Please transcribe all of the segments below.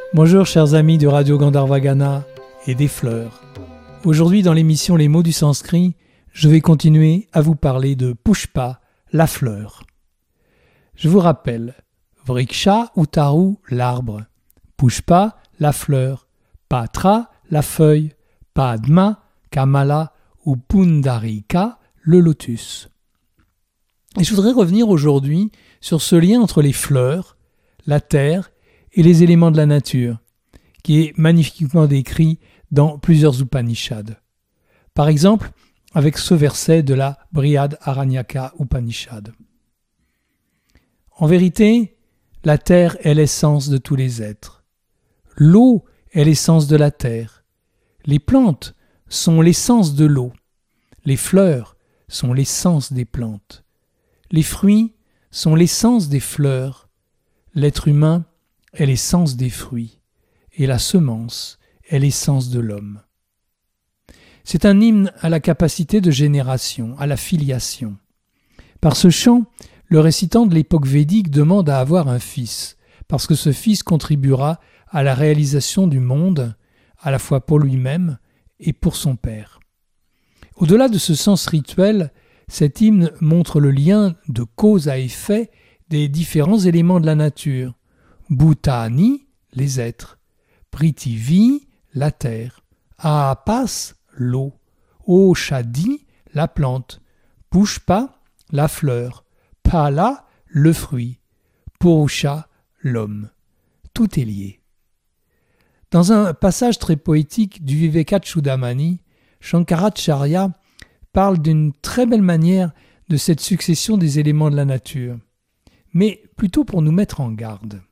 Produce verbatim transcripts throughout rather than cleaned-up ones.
Bonjour chers amis de Radio Gandharvagana et des fleurs. Aujourd'hui dans l'émission Les mots du sanskrit, je vais continuer à vous parler de Pushpa, la fleur. Je vous rappelle, Vriksha ou Taru, l'arbre, Pushpa, la fleur, Patra, la feuille, Padma, Kamala ou Pundarika, le lotus. Et je voudrais revenir aujourd'hui sur ce lien entre les fleurs, la terre et les éléments de la nature, qui est magnifiquement décrit dans plusieurs Upanishads. Par exemple, avec ce verset de la Brihad Aranyaka Upanishad. En vérité, la terre est l'essence de tous les êtres. L'eau est l'essence de la terre. Les plantes sont l'essence de l'eau. Les fleurs sont l'essence des plantes. Les fruits sont l'essence des fleurs. L'être humain est l'essence des fruits. Et la semence est l'essence de l'homme. C'est un hymne à la capacité de génération, à la filiation. Par ce chant, le récitant de l'époque védique demande à avoir un fils, parce que ce fils contribuera à la réalisation du monde, à la fois pour lui-même et pour son père. Au-delà de ce sens rituel, cet hymne montre le lien de cause à effet des différents éléments de la nature. Bhutani, les êtres. Prithivi, la terre. Aapas, l'eau. Oshadi, la plante. Pushpa, la fleur. Phala, le fruit. Purusha, l'homme. Tout est lié. Dans un passage très poétique du Vivekachudamani, Shankaracharya parle d'une très belle manière de cette succession des éléments de la nature, mais plutôt pour nous mettre en garde.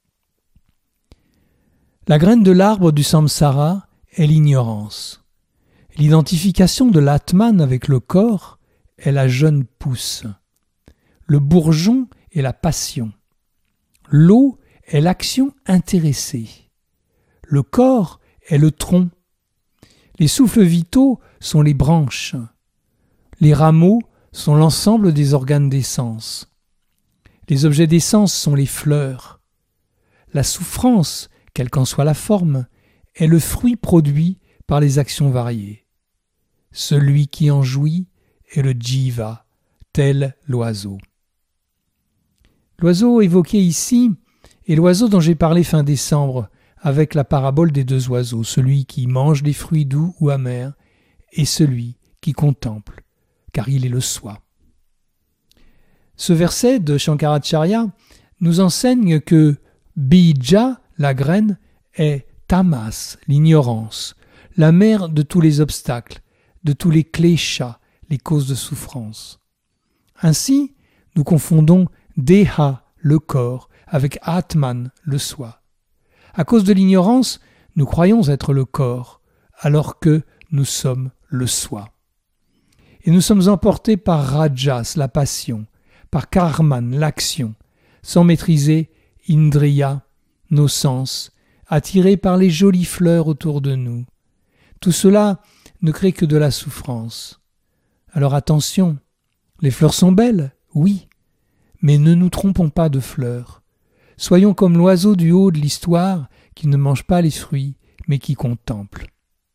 La graine de l'arbre du samsara est l'ignorance. L'identification de l'atman avec le corps est la jeune pousse. Le bourgeon est la passion. L'eau est l'action intéressée. Le corps est le tronc. Les souffles vitaux sont les branches. Les rameaux sont l'ensemble des organes d'essence. Les objets d'essence sont les fleurs. La souffrance, quelle qu'en soit la forme, est le fruit produit par les actions variées. Celui qui en jouit est le jiva, tel l'oiseau. L'oiseau évoqué ici est l'oiseau dont j'ai parlé fin décembre, avec la parabole des deux oiseaux, celui qui mange des fruits doux ou amers, et celui qui contemple, car il est le soi. Ce verset de Shankaracharya nous enseigne que bija, la graine, est tamas, l'ignorance, la mère de tous les obstacles, de tous les kleshas, les causes de souffrance. Ainsi, nous confondons deha, le corps, avec atman, le soi. À cause de l'ignorance, nous croyons être le corps, alors que nous sommes le soi. Et nous sommes emportés par rajas, la passion, par karman, l'action, sans maîtriser indriya, nos sens, attirés par les jolies fleurs autour de nous. Tout cela ne crée que de la souffrance. Alors attention, les fleurs sont belles, oui, mais ne nous trompons pas de fleurs. Soyons comme l'oiseau du haut de l'histoire qui ne mange pas les fruits, mais qui contemple.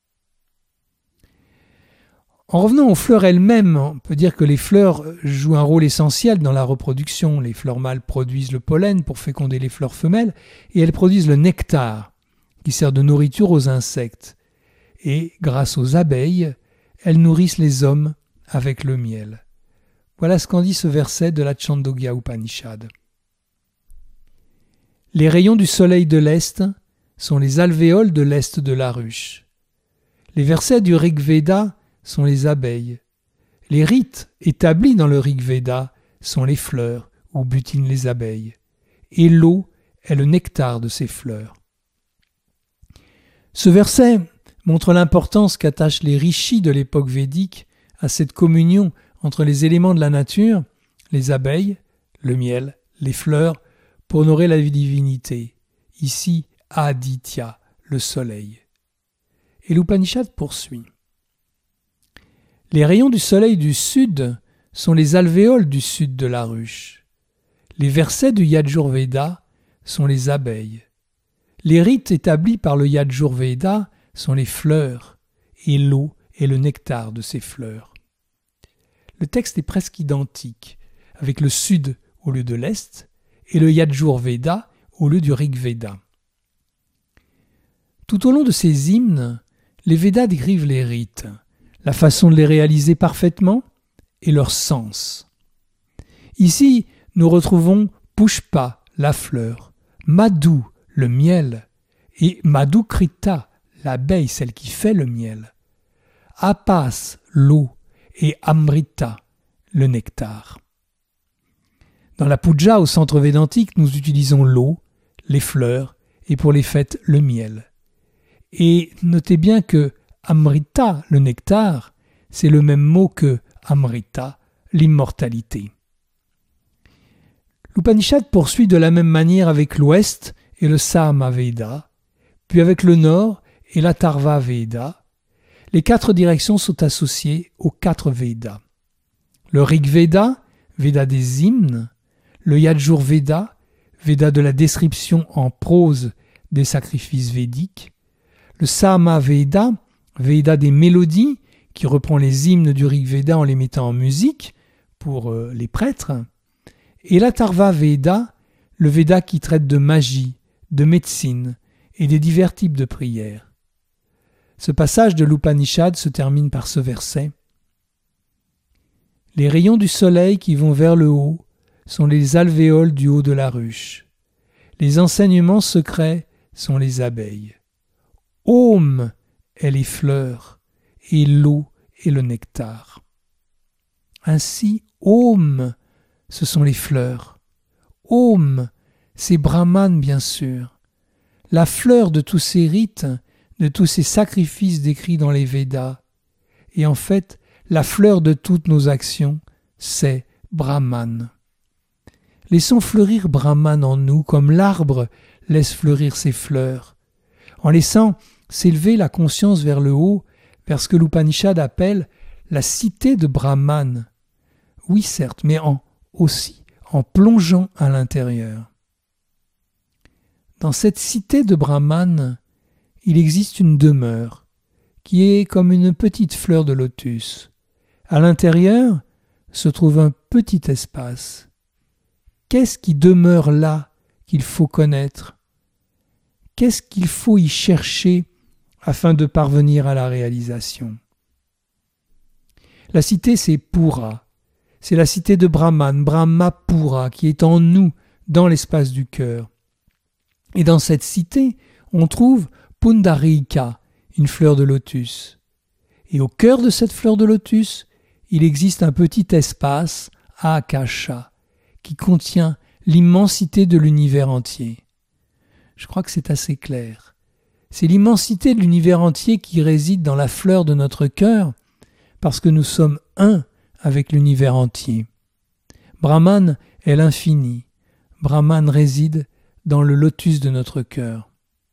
En revenant aux fleurs elles-mêmes, on peut dire que les fleurs jouent un rôle essentiel dans la reproduction. Les fleurs mâles produisent le pollen pour féconder les fleurs femelles et elles produisent le nectar qui sert de nourriture aux insectes. Et grâce aux abeilles, elles nourrissent les hommes avec le miel. Voilà ce qu'en dit ce verset de la Chandogya Upanishad. Les rayons du soleil de l'Est sont les alvéoles de l'Est de la ruche. Les versets du Rig Veda sont les abeilles. Les rites établis dans le Rig Veda sont les fleurs où butinent les abeilles. Et l'eau est le nectar de ces fleurs. Ce verset montre l'importance qu'attachent les rishis de l'époque védique à cette communion entre les éléments de la nature, les abeilles, le miel, les fleurs, pour honorer la divinité. Ici, Aditya, le soleil. Et l'Upanishad poursuit. Les rayons du soleil du sud sont les alvéoles du sud de la ruche. Les versets du Yajurveda sont les abeilles. Les rites établis par le Yajurveda sont les fleurs, et l'eau est le nectar de ces fleurs. Le texte est presque identique, avec le sud au lieu de l'est, et le Yajurveda au lieu du Rigveda. Tout au long de ces hymnes, les Védas décrivent les rites, la façon de les réaliser parfaitement et leur sens. Ici, nous retrouvons Pushpa, la fleur, Madhu, le miel, et Madhukrita, l'abeille, celle qui fait le miel, Apas, l'eau, et Amrita, le nectar. Dans la puja au centre védantique, nous utilisons l'eau, les fleurs, et pour les fêtes, le miel. Et notez bien que Amrita, le nectar, c'est le même mot que Amrita, l'immortalité. L'Upanishad poursuit de la même manière avec l'ouest et le Samaveda, puis avec le nord et l'Atharva Veda. Les quatre directions sont associées aux quatre Védas. Le Rigveda, Véda des hymnes, le Yajurveda, Véda de la description en prose des sacrifices védiques, le Samaveda, Véda des mélodies, qui reprend les hymnes du Rigveda en les mettant en musique pour euh, les prêtres, et l'Atharva Veda, le Véda qui traite de magie, de médecine et des divers types de prières. Ce passage de l'Upanishad se termine par ce verset. Les rayons du soleil qui vont vers le haut sont les alvéoles du haut de la ruche. Les enseignements secrets sont les abeilles. Om est les fleurs et l'eau est le nectar. Ainsi, Om, ce sont les fleurs. Om, c'est Brahman bien sûr. La fleur de tous ces rites, de tous ces sacrifices décrits dans les Védas. Et en fait, la fleur de toutes nos actions, c'est Brahman. Laissons fleurir Brahman en nous comme l'arbre laisse fleurir ses fleurs, en laissant s'élever la conscience vers le haut, vers ce que l'Upanishad appelle la cité de Brahman. Oui, certes, mais en, aussi en plongeant à l'intérieur. Dans cette cité de Brahman, il existe une demeure qui est comme une petite fleur de lotus. À l'intérieur se trouve un petit espace. Qu'est-ce qui demeure là qu'il faut connaître? Qu'est-ce qu'il faut y chercher afin de parvenir à la réalisation? La cité, c'est Pura. C'est la cité de Brahman, Brahma Pura, qui est en nous, dans l'espace du cœur. Et dans cette cité, on trouve Pundarika, une fleur de lotus. Et au cœur de cette fleur de lotus, il existe un petit espace, Akasha, qui contient l'immensité de l'univers entier. Je crois que c'est assez clair. C'est l'immensité de l'univers entier qui réside dans la fleur de notre cœur, parce que nous sommes un avec l'univers entier. Brahman est l'infini. Brahman réside dans le lotus de notre cœur.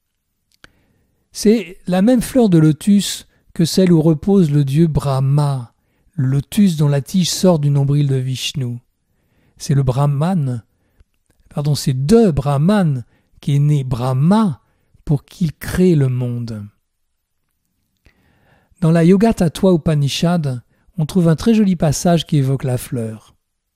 C'est la même fleur de lotus que celle où repose le dieu Brahma, le lotus dont la tige sort du nombril de Vishnu. C'est le Brahman, pardon, c'est de Brahman qui est né Brahma pour qu'il crée le monde. Dans la Yoga Tattva Upanishad, on trouve un très joli passage qui évoque la fleur.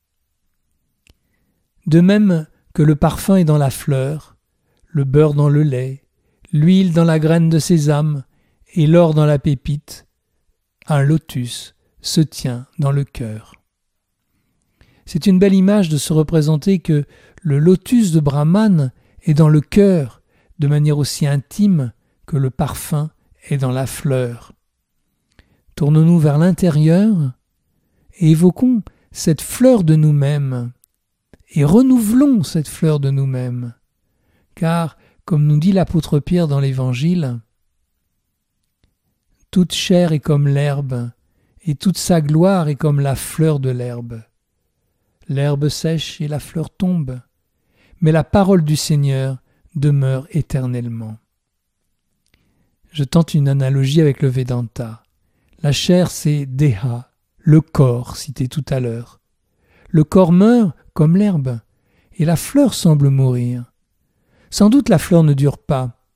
De même que le parfum est dans la fleur, le beurre dans le lait, l'huile dans la graine de sésame et l'or dans la pépite, un lotus se tient dans le cœur. C'est une belle image de se représenter que le lotus de Brahman est dans le cœur de manière aussi intime que le parfum est dans la fleur. Tournons-nous vers l'intérieur et évoquons cette fleur de nous-mêmes et renouvelons cette fleur de nous-mêmes. Car, comme nous dit l'apôtre Pierre dans l'Évangile, « Toute chair est comme l'herbe, et toute sa gloire est comme la fleur de l'herbe. L'herbe sèche et la fleur tombe, mais la parole du Seigneur demeure éternellement. » Je tente une analogie avec le Vedanta. La chair, c'est Deha, le corps, cité tout à l'heure. Le corps meurt comme l'herbe, et la fleur semble mourir. Sans doute la fleur ne dure pas,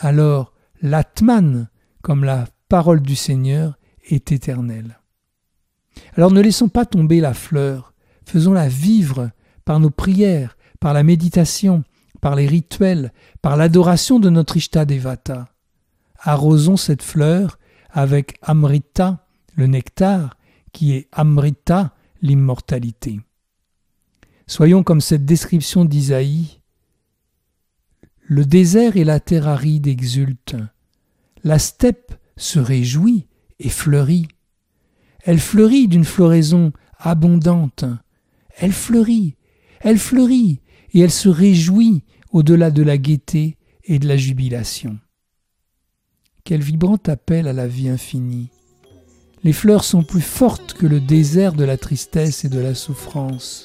alors l'Atman, comme la parole du Seigneur, est éternelle. Alors ne laissons pas tomber la fleur, faisons-la vivre par nos prières, par la méditation, par les rituels, par l'adoration de notre Ishtadevata. Arrosons cette fleur avec Amrita, le nectar, qui est Amrita, l'immortalité. Soyons comme cette description d'Isaïe. Le désert et la terre aride exultent. La steppe se réjouit et fleurit. Elle fleurit d'une floraison abondante. Elle fleurit, elle fleurit, et elle se réjouit au-delà de la gaieté et de la jubilation. Quel vibrant appel à la vie infinie. Les fleurs sont plus fortes que le désert de la tristesse et de la souffrance.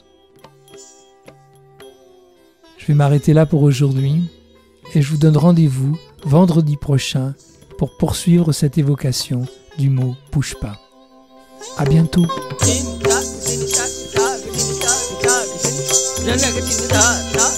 Je vais m'arrêter là pour aujourd'hui et je vous donne rendez-vous vendredi prochain pour poursuivre cette évocation du mot Pushpa. À bientôt. Da da ga da da da